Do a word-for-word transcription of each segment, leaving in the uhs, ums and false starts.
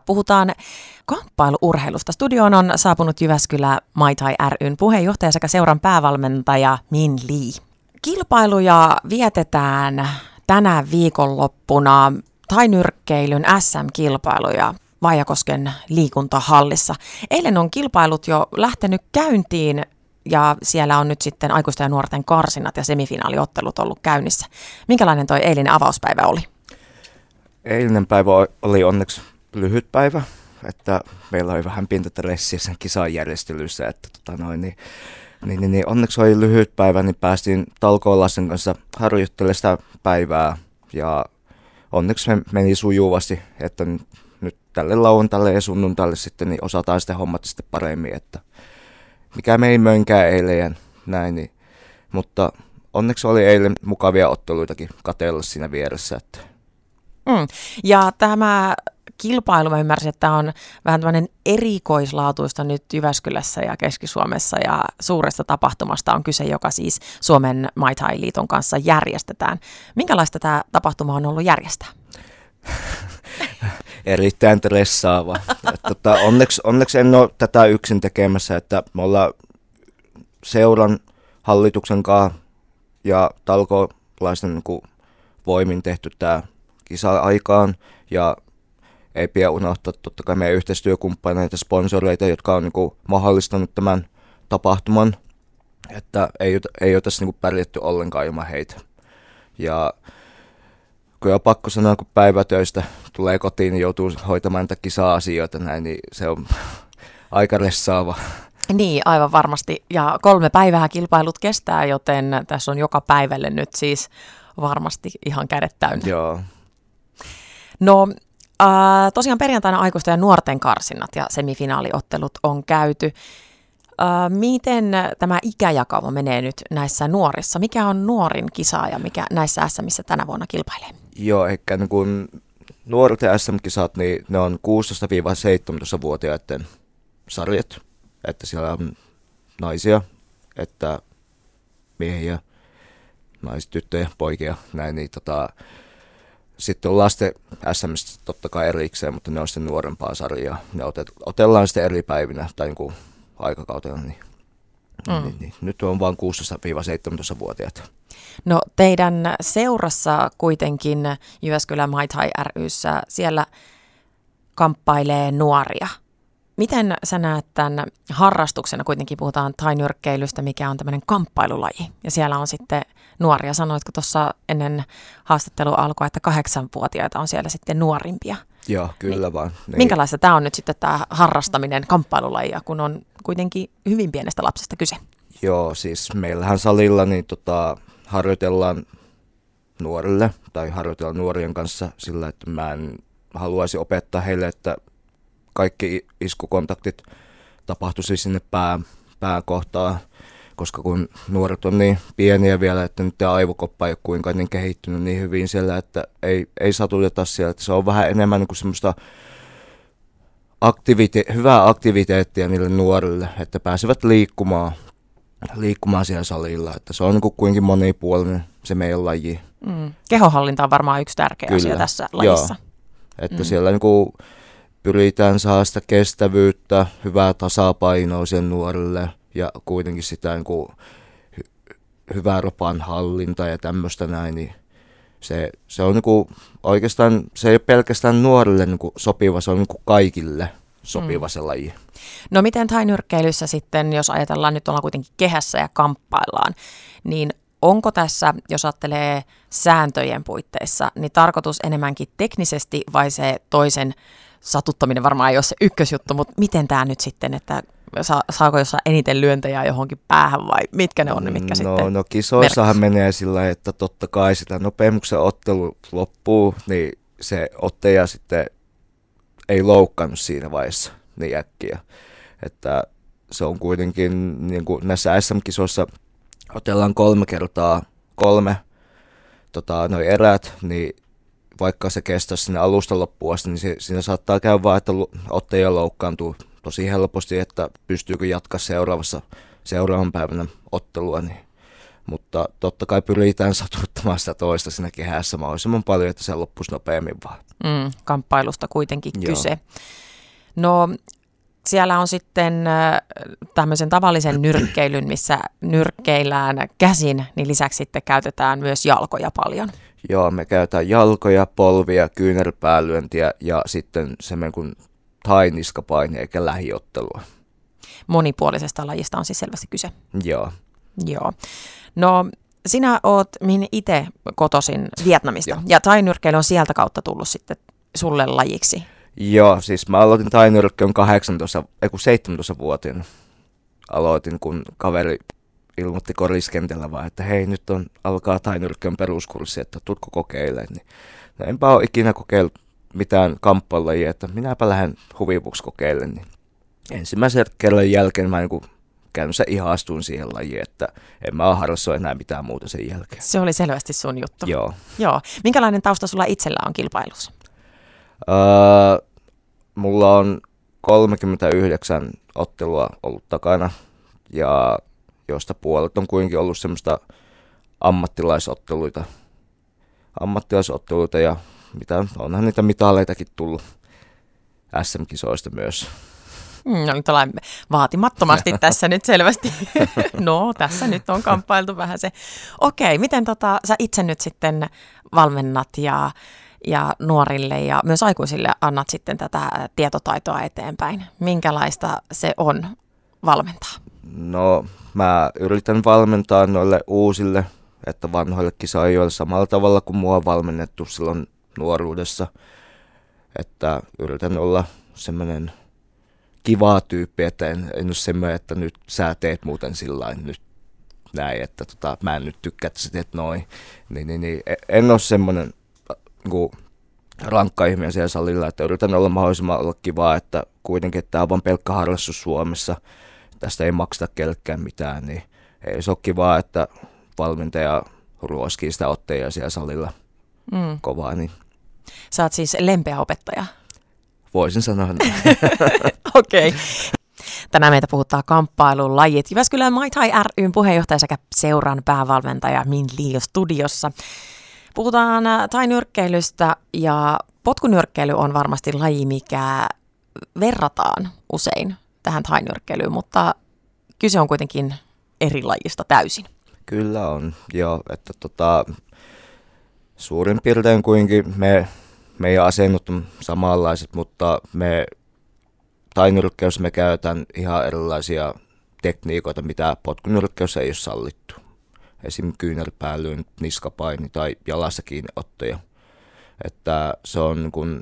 Puhutaan kamppailu-urheilusta. Studioon on saapunut Jyväskylä Muay Thai ry:n puheenjohtaja sekä seuran päävalmentaja Min Lee. Kilpailuja vietetään tänä viikonloppuna thainyrkkeilyn äs äm-kilpailuja Vaajakosken liikuntahallissa. Eilen on kilpailut jo lähtenyt käyntiin ja siellä on nyt sitten aikuisten ja nuorten karsinnat ja semifinaaliottelut ollut käynnissä. Minkälainen toi eilinen avauspäivä oli? Eilinen päivä oli onneksi lyhyt päivä, että meillä oli vähän pientä stressiä sen kisan järjestelyssä, että tota noin, niin, niin, niin, niin onneksi oli lyhyt päivä, niin päästiin Talkoon Lassen kanssa harjoittelemaan sitä päivää ja onneksi me meni sujuvasti, että nyt tälle lauantaille ja sunnuntaille sitten niin osataan sitten hommata sitten paremmin, että mikä me ei mönkää eilen ja näin, niin, mutta onneksi oli eilen mukavia otteluitakin katsella siinä vieressä, että Mm. Ja tämä kilpailu, mä ymmärsin, että tämä on vähän tämmöinen erikoislaatuista nyt Jyväskylässä ja Keski-Suomessa ja suuresta tapahtumasta on kyse, joka siis Suomen Muay Thai-liiton kanssa järjestetään. Minkälaista tämä tapahtuma on ollut järjestää? Erittäin stressaava. tota, onneksi, onneksi en ole tätä yksin tekemässä, että me ollaan seuran hallituksen kanssa ja talkoolaisten niin voimin tehty tämä kisa-aikaan ja ei pidä unohtaa totta kai meidän yhteistyökumppaneita ja sponsoreita, jotka on niin kuin mahdollistanut tämän tapahtuman, että ei, ei ole tässä niin kuin pärjätty ollenkaan ilman heitä. Ja kyllä on pakko sanoa, kun päivätöistä tulee kotiin, niin joutuu hoitamaan näitä kisa-asioita näin, niin se on aika ressaava. Niin, aivan varmasti. Ja kolme päivää kilpailut kestää, joten tässä on joka päivälle nyt siis varmasti ihan kädet täynnä. Joo. No äh, tosiaan perjantaina aikuisten ja nuorten karsinnat ja semifinaaliottelut on käyty. Äh, miten tämä ikäjakauma menee nyt näissä nuorissa? Mikä on nuorin kisaaja, mikä näissä äs ämissä tänä vuonna kilpailee? Joo, ehkä niin kun nuorten äs äm-kisat, niin ne on kuusitoista seitsemäntoista-vuotiaiden sarjat, että siellä on naisia, että miehiä, naiset, tyttöjä, poikia, näin, niin tota, sitten on lasten äs ämistä totta kai erikseen, mutta ne on sitten nuorempaa sarjaa. Ne otet, otellaan sitten eri päivinä tai niin kuin aikakautena. Niin, mm. niin, niin. Nyt on vain kuusitoista seitsemäntoista-vuotiaat. No teidän seurassa kuitenkin Jyväskylän Muay Thai ry:ssä siellä kamppailee nuoria. Miten sä näet tämän harrastuksena? Kuitenkin puhutaan thainyrkkeilystä, mikä on tämmöinen kamppailulaji. Ja siellä on sitten nuoria. Sanoitko tuossa ennen haastattelua alkua, että kahdeksanvuotiaita on siellä sitten nuorimpia? Joo, kyllä niin, vaan. Niin. Minkälaista tämä on nyt sitten tämä harrastaminen kamppailulajia, kun on kuitenkin hyvin pienestä lapsesta kyse? Joo, siis meillähän salilla niin tota, harjoitellaan nuorille tai harjoitellaan nuorien kanssa sillä, että mä en haluaisi opettaa heille, että kaikki iskukontaktit tapahtuisi sinne pää, pääkohtaan, koska kun nuoret on niin pieniä vielä, että nyt tämä aivokoppa ei ole kuinka niin kehittynyt niin hyvin siellä, että ei, ei satuteta siellä. Että se on vähän enemmän niin kuin semmoista aktivite- hyvää aktiviteettia niille nuorille, että pääsevät liikkumaan, liikkumaan siellä salilla. Että se on niin kuin kuinkin monipuolinen se meidän laji. Mm. Kehohallinta on varmaan yksi tärkeä Kyllä. asia tässä lajissa. Joo. Että Mm. siellä niin kuin pyritään saada sitä kestävyyttä, hyvää tasapainoa sen nuorille ja kuitenkin sitä niin kuin hy- hyvää ropan hallinta ja tämmöistä näin, niin se, se on niin kuin oikeastaan, se ei ole pelkästään nuorille niin kuin sopiva, se on niin kuin kaikille sopiva mm. se laji. No miten thainyrkkeilyssä sitten, jos ajatellaan, nyt ollaan kuitenkin kehässä ja kamppaillaan, niin onko tässä, jos ajattelee sääntöjen puitteissa, niin tarkoitus enemmänkin teknisesti vai se toisen satuttaminen varmaan ei ole se ykkösjuttu, mutta miten tämä nyt sitten, että sa- saako jossain eniten lyöntejä johonkin päähän vai mitkä ne on ne, mitkä no, sitten No kisoissahan merkitsee? menee sillä lailla, että totta kai sitä nopeammuksen ottelu loppuu, niin se ottaja sitten ei loukkaannut siinä vaiheessa niin äkkiä. Että se on kuitenkin, niin kuin näissä äs äm-kisoissa otellaan kolme kertaa kolme tota, noi erät, niin vaikka se kestäisi sinne alusta loppuun asti, niin se, siinä saattaa käydä vaan, että ottaja loukkaantuu tosi helposti, että pystyykö jatkaa seuraavassa, seuraavan päivänä ottelua. Niin Mutta totta kai pyritään satuttamaan sitä toista siinä kehässä mahdollisimman paljon, että se loppuisi nopeammin vaan. Mm, kamppailusta kuitenkin Joo. kyse. No siellä on sitten äh, tämmöisen tavallisen nyrkkeilyn, missä nyrkkeillään käsin, niin lisäksi sitten käytetään myös jalkoja paljon. Joo, me käytetään jalkoja, polvia, kyynärpäälyöntiä ja sitten semmoinen kuin thai-niskapaini eikä lähiottelua. Monipuolisesta lajista on siis selvästi kyse. Joo. Joo. No sinä oot mihin itse kotoisin Vietnamista Joo. ja thai-nyrkkeily on sieltä kautta tullut sitten sulle lajiksi. Joo, siis mä aloitin thai-nyrkkeilyn kahdeksantoista, ei kun seitsemäntoistavuotiaana. Aloitin, kun kaveri ilmoitti koriskentällä vaan, että hei, nyt on, alkaa thai-nyrkkeilyn peruskurssi, että tutko kokeilemaan. Niin, no enpä ole ikinä kokeillut mitään kamppailulajia, että minäpä lähden huvivuksi kokeilemaan. Niin ensimmäisen kerran jälkeen mä niin käynyt ihastuin siihen lajiin, että en mä harrastu enää mitään muuta sen jälkeen. Se oli selvästi sun juttu. Joo. Joo. Minkälainen tausta sulla itsellä on kilpailussa? Öö, mulla on kolmekymmentäyhdeksän ottelua ollut takana, ja josta puolet on kuitenkin ollut semmoista ammattilaisotteluita, ammattilaisotteluita ja mitä, onhan niitä mitaleitakin tullut S M-kisoista myös. No nyt ollaan vaatimattomasti tässä nyt selvästi. No tässä nyt on kamppailtu vähän se. Okei, miten tota, sä itse nyt sitten valmennat ja, ja nuorille ja myös aikuisille annat sitten tätä tietotaitoa eteenpäin? Minkälaista se on valmentaa? No mä yritän valmentaa noille uusille, että vanhoille kisaajoille samalla tavalla kuin mua on valmennettu silloin nuoruudessa. Että yritän olla semmoinen kiva tyyppi, että en, en ole semmoinen, että nyt sä teet muuten sillain nyt näin, että tota, mä en nyt tykkää, että sä teet noin. Niin, niin, niin, en ole semmoinen niin rankka ihminen siellä salilla, että yritän olla mahdollisimman olla kivaa, että kuitenkin, että tämä on vaan pelkkä harrastus Suomessa, tästä ei makseta kellekään mitään, niin ei se ole kivaa, että valmentaja ruoskii sitä otteja siellä salilla mm. kovaa. Niin. Sä oot siis lempeä opettaja. Voisin sanoa. Okei. Okay. Tänään meitä puhuttaa kamppailun lajit. Jyväskylän Muay Thai ry:n puheenjohtaja sekä seuran päävalmentaja Min Lee studiossa. Puhutaan thai-nyrkkeilystä ja potkunyrkkeily on varmasti laji, mikä verrataan usein tähän thai-nyrkkeilyyn, mutta kyse on kuitenkin eri lajista täysin. Kyllä on, joo. Että tota, suurin piirtein kuitenkin me... Meidän asennot on samanlaiset, mutta me thai-nyrkkeilyssä me käytetään ihan erilaisia tekniikoita, mitä potkunyrkkeilyssä ei ole sallittu. Esimerkiksi kyynärpäälyyn, niskapaini tai jalassa kiinniottoja. Että se on niin kuin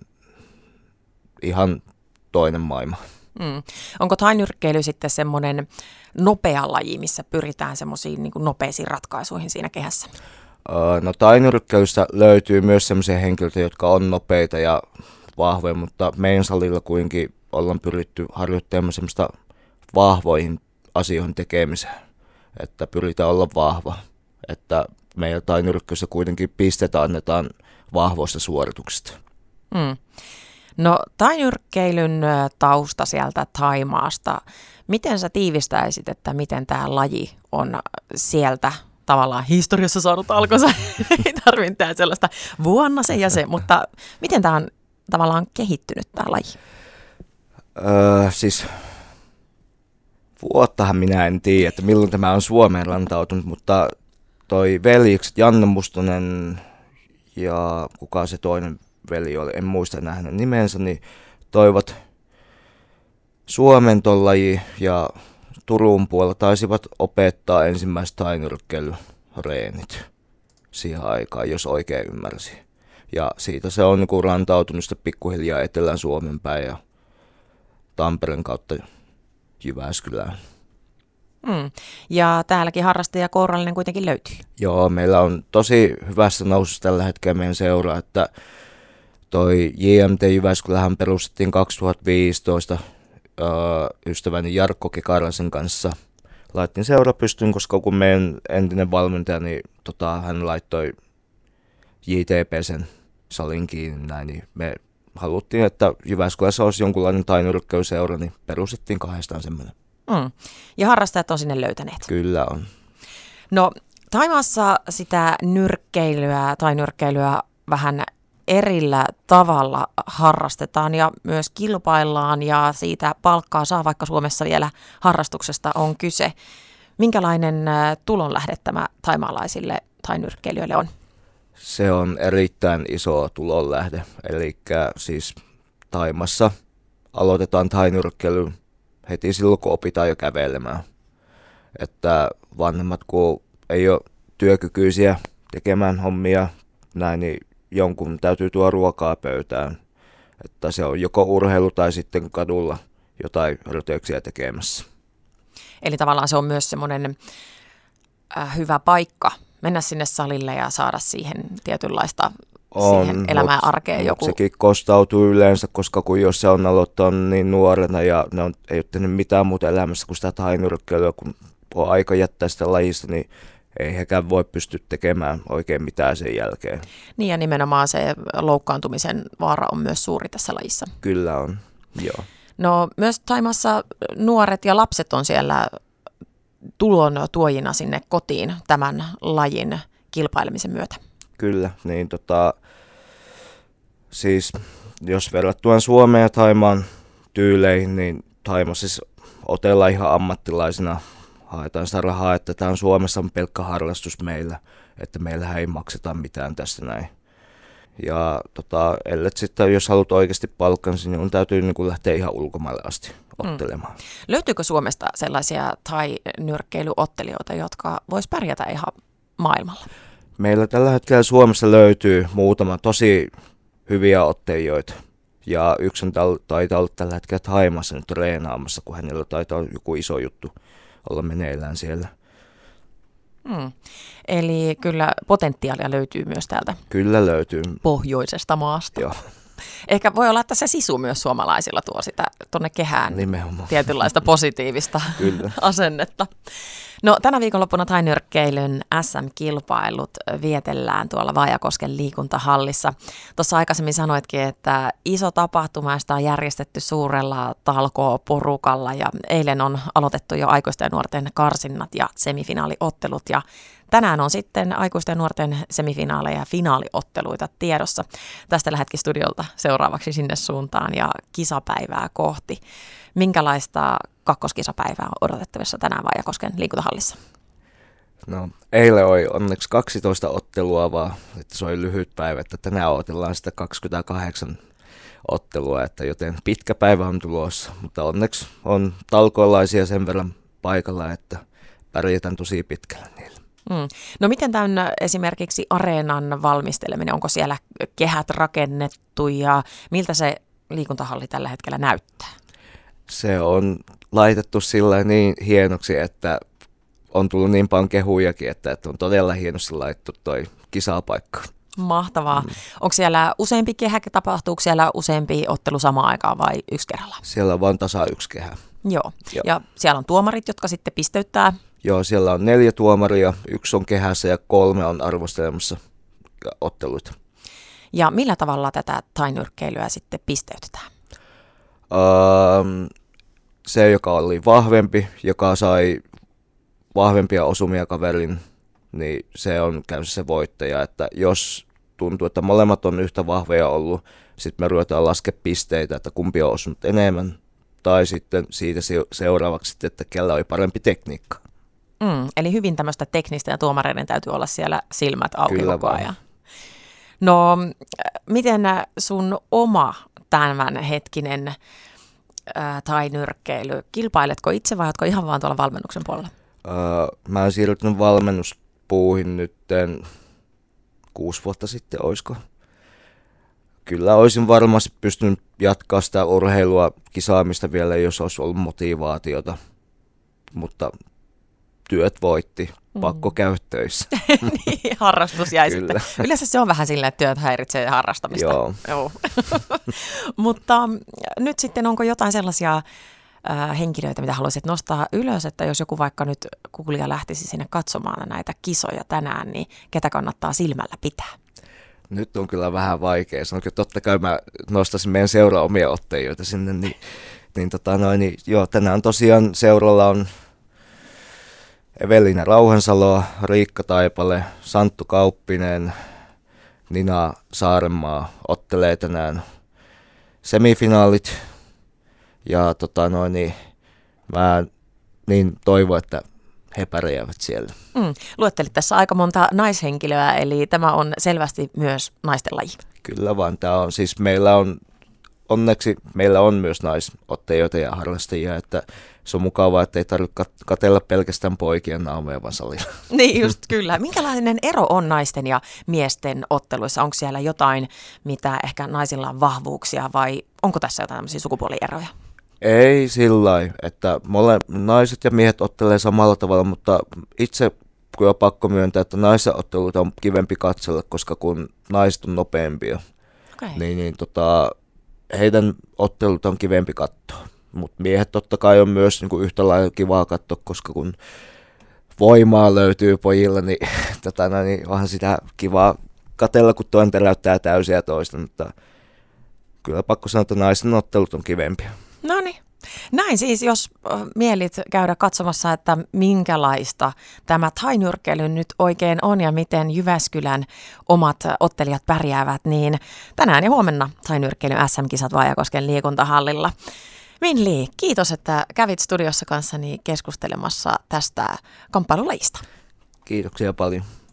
ihan toinen maailma. Mm. Onko thai-nyrkkeily sitten semmoinen nopea laji, missä pyritään semmoisiin niin kuin nopeisiin ratkaisuihin siinä kehässä? No thai-nyrkkeilystä löytyy myös sellaisia henkilöitä, jotka on nopeita ja vahvoja, mutta meidän salilla kuitenkin ollaan pyritty harjoittamaan semmoista vahvoihin asioihin tekemiseen, että pyritään olla vahva, että meidän thai-nyrkkeilyssä kuitenkin pistetään, annetaan vahvoista suorituksista. Mm. No thai-nyrkkeilyn tausta sieltä Thaimaasta, miten sä tiivistäisit, että miten tämä laji on sieltä tavallaan historiassa saanut alkonsa? Ei tarvitse tehdä sellaista vuonna se ja se, mutta miten tämä on tavallaan kehittynyt tämä laji? Öö, siis vuottahan minä en tiedä, että milloin tämä on Suomeen rantautunut, mutta toi veljikset Janne Mustonen ja kuka se toinen veli oli, en muista enää hänen nimensä, niin toivat Suomen ton laji ja Turun puolella taisivat opettaa ensimmäiset thai-nyrkkeilyreenit siihen aikaan, jos oikein ymmärsin. Ja siitä se on niin rantautunut sitten pikkuhiljaa etelän Suomen päin ja Tampereen kautta Jyväskylään. Mm. Ja täälläkin harrastaja kourallinen kuitenkin löytyy. Joo, meillä on tosi hyvässä nousussa tällä hetkellä meidän seura, että toi J M T Jyväskylähän perustettiin kaksituhattaviisitoista äh, ystäväni Jarkko Kekaraisen kanssa. Laittiin seura pystyyn, koska kun meidän entinen valmentaja, niin tota, hän laittoi J T P sen salin kiinni näin, niin me haluttiin, että Jyväskylässä olisi jonkunlainen thai-nyrkkeilyseura, niin perustettiin kahdestaan semmoinen. Mm. Ja harrastajat on sinne löytäneet. Kyllä on. No Thaimaassa sitä nyrkkeilyä tai nyrkkeilyä vähän erillä tavalla harrastetaan ja myös kilpaillaan ja siitä palkkaa saa, vaikka Suomessa vielä harrastuksesta on kyse. Minkälainen tulonlähde tämä thaimaalaisille tai nyrkkeilijöille on? Se on erittäin iso tulonlähde. Eli siis Thaimassa aloitetaan thainyrkkeily heti silloin, kun opitaan jo kävelemään. Että vanhemmat, kun ei ole työkykyisiä tekemään hommia, näin, niin jonkun täytyy tuoda ruokaa pöytään. Että se on joko urheilu tai sitten kadulla jotain rötöksiä tekemässä. Eli tavallaan se on myös semmoinen äh, hyvä paikka mennä sinne salille ja saada siihen tietynlaista on, siihen elämään mut, arkeen mut joku. Sekin kostautuu yleensä, koska kun jos se on aloittanut niin nuorena ja ne on, ei ole tehnyt mitään muuta elämässä kuin sitä thainyrkkeilyä, kun on aika jättää sitä lajista, niin ei hekään voi pysty tekemään oikein mitään sen jälkeen. Niin ja nimenomaan se loukkaantumisen vaara on myös suuri tässä lajissa. Kyllä on, joo. No myös Thaimaassa nuoret ja lapset on siellä tulon tuojina sinne kotiin tämän lajin kilpailemisen myötä. Kyllä, niin tota, siis jos verrattuna Suomeen ja Thaimaan tyyleihin, niin Thaimaassa siis otellaan ihan ammattilaisina, haetaan sitä rahaa, että tämä on Suomessa on pelkkä harrastus meillä, että meillähän ei makseta mitään tästä näin. Ja tota, ellet sitten, jos haluat oikeasti palkkansa, niin on täytyy niin kuin lähteä ihan ulkomaille asti ottelemaan. Mm. Löytyykö Suomesta sellaisia thai-nyrkkeilyottelijoita, jotka vois pärjätä ihan maailmalla? Meillä tällä hetkellä Suomessa löytyy muutama tosi hyviä ottelijoita. Ja yksi on taitaa olla tällä hetkellä Thaimaassa nyt treenaamassa, kun hänellä taitaa olla joku iso juttu olla meneillään siellä. Hmm. Eli kyllä potentiaalia löytyy myös täältä. Kyllä löytyy. Pohjoisesta maasta. Joo. Ehkä voi olla, että se sisu myös suomalaisilla tuo sitä tuonne kehään nimenomaan tietynlaista positiivista asennetta. No tänä viikonloppuna thainyrkkeilyn äs äm-kilpailut vietellään tuolla Vaajakosken liikuntahallissa. Tuossa aikaisemmin sanoitkin, että iso tapahtuma, sitä on järjestetty suurella talkooporukalla ja eilen on aloitettu jo aikuisten ja nuorten karsinnat ja semifinaaliottelut ja tänään on sitten aikuisten ja nuorten semifinaaleja ja finaaliotteluita tiedossa. Tästä lähdetkin studiolta seuraavaksi sinne suuntaan ja kisapäivää kohti. Minkälaista kakkoskisapäivää on odotettavissa tänään Vaajakosken liikuntahallissa? No, eilen oli onneksi kaksitoista ottelua vaan, että se oli lyhyt päivä, että tänään odotellaan sitä kaksikymmentäkahdeksan ottelua, että joten pitkä päivä on tulossa, mutta onneksi on talkoolaisia sen verran paikalla, että pärjätään tosi pitkällä niillä. Mm. No miten tämän esimerkiksi areenan valmisteleminen, onko siellä kehät rakennettu ja miltä se liikuntahalli tällä hetkellä näyttää? Se on laitettu sillä niin hienoksi, että on tullut niin paljon kehujakin, että, että on todella hienosti laitettu toi kisapaikka. Mahtavaa. Mm. Onko siellä useampi kehä, tapahtuuko siellä useampi ottelu samaan aikaan vai yksi kerralla? Siellä on vain tasa yksi kehä. Joo. Joo, ja siellä on tuomarit, jotka sitten pisteyttää. Joo, siellä on neljä tuomaria, yksi on kehässä ja kolme on arvostelemassa otteluita. Ja millä tavalla tätä thainyrkkeilyä sitten pisteytetään? Um, se, joka oli vahvempi, joka sai vahvempia osumia kaverin, niin se on käynyt se voittaja. Että jos tuntuu, että molemmat on yhtä vahvoja ollut, sitten me ruvetaan laskemaan pisteitä, että kumpi on osunut enemmän. Tai sitten siitä seuraavaksi, että kellä oli parempi tekniikka. Mm, eli hyvin tämmöistä teknistä ja tuomareiden täytyy olla siellä silmät auki Kyllä koko vaan. ajan. No, miten sun oma tämänhetkinen äh, thainyrkkeily, kilpailetko itse vai oletko ihan vaan tuolla valmennuksen puolella? Uh, mä oon siirrytnyt valmennuspuuhin nyt kuusi vuotta sitten, oisko? Kyllä olisin varmasti pystynyt jatkaa sitä urheilua, kisaamista vielä, jos olisi ollut motivaatiota, mutta työt voitti, pakko mm. käydä töissä. Niin, harrastus jäi Kyllä. sitten. Yleensä se on vähän silleen, että työt häiritsee harrastamista. Joo. Joo. Mutta nyt sitten onko jotain sellaisia äh, henkilöitä, mitä haluaisit nostaa ylös, että jos joku vaikka nyt kuulija lähtisi sinne katsomaan näitä kisoja tänään, niin ketä kannattaa silmällä pitää? Nyt on kyllä vähän vaikea. Sanoinko, totta kai mä nostaisin meidän seuraa omia ottelijoita sinne, niin, niin, tota noin, niin joo, tänään tosiaan seuralla on Evelina Rauhansalo, Riikka Taipale, Santtu Kauppinen, Nina Saarenmaa ottelee tänään semifinaalit. Ja tota noin, niin mä niin toivon, että he pärjäävät siellä. Mm. Luettelit tässä aika monta naishenkilöä, eli tämä on selvästi myös naisten laji. Kyllä vaan, tämä on siis meillä on, onneksi meillä on myös naisottelijoita ja harrastajia, että se on mukavaa, että ei tarvitse katsella pelkästään poikien naamoja vaan salilla. Niin just kyllä. Minkälainen ero on naisten ja miesten otteluissa? Onko siellä jotain, mitä ehkä naisilla on vahvuuksia vai onko tässä jotain tämmöisiä sukupuolieroja? Ei sillä lailla, että mole, naiset ja miehet ottelee samalla tavalla, mutta itse kyllä on pakko myöntää, että naisen otteluita on kivempi katsella, koska kun naiset on nopeampia, Okay. niin, niin tota, heidän ottelut on kivempi katsoa. Mutta miehet totta kai on myös niin kuin yhtä lailla kivaa katsoa, koska kun voimaa löytyy pojilla, niin, tota, niin onhan sitä kivaa katsella, kun toinen teräyttää täysiä toista, mutta kyllä pakko sanoa, että naisen ottelut on kivempiä. No niin. Näin siis, jos mielit käydä katsomassa, että minkälaista tämä thainyrkkeily nyt oikein on ja miten Jyväskylän omat ottelijat pärjäävät, niin tänään ja huomenna thainyrkkeilyn äs äm-kisat Vaajakosken liikuntahallilla. Min Li, kiitos, että kävit studiossa kanssani keskustelemassa tästä kamppailulajista. Kiitoksia paljon.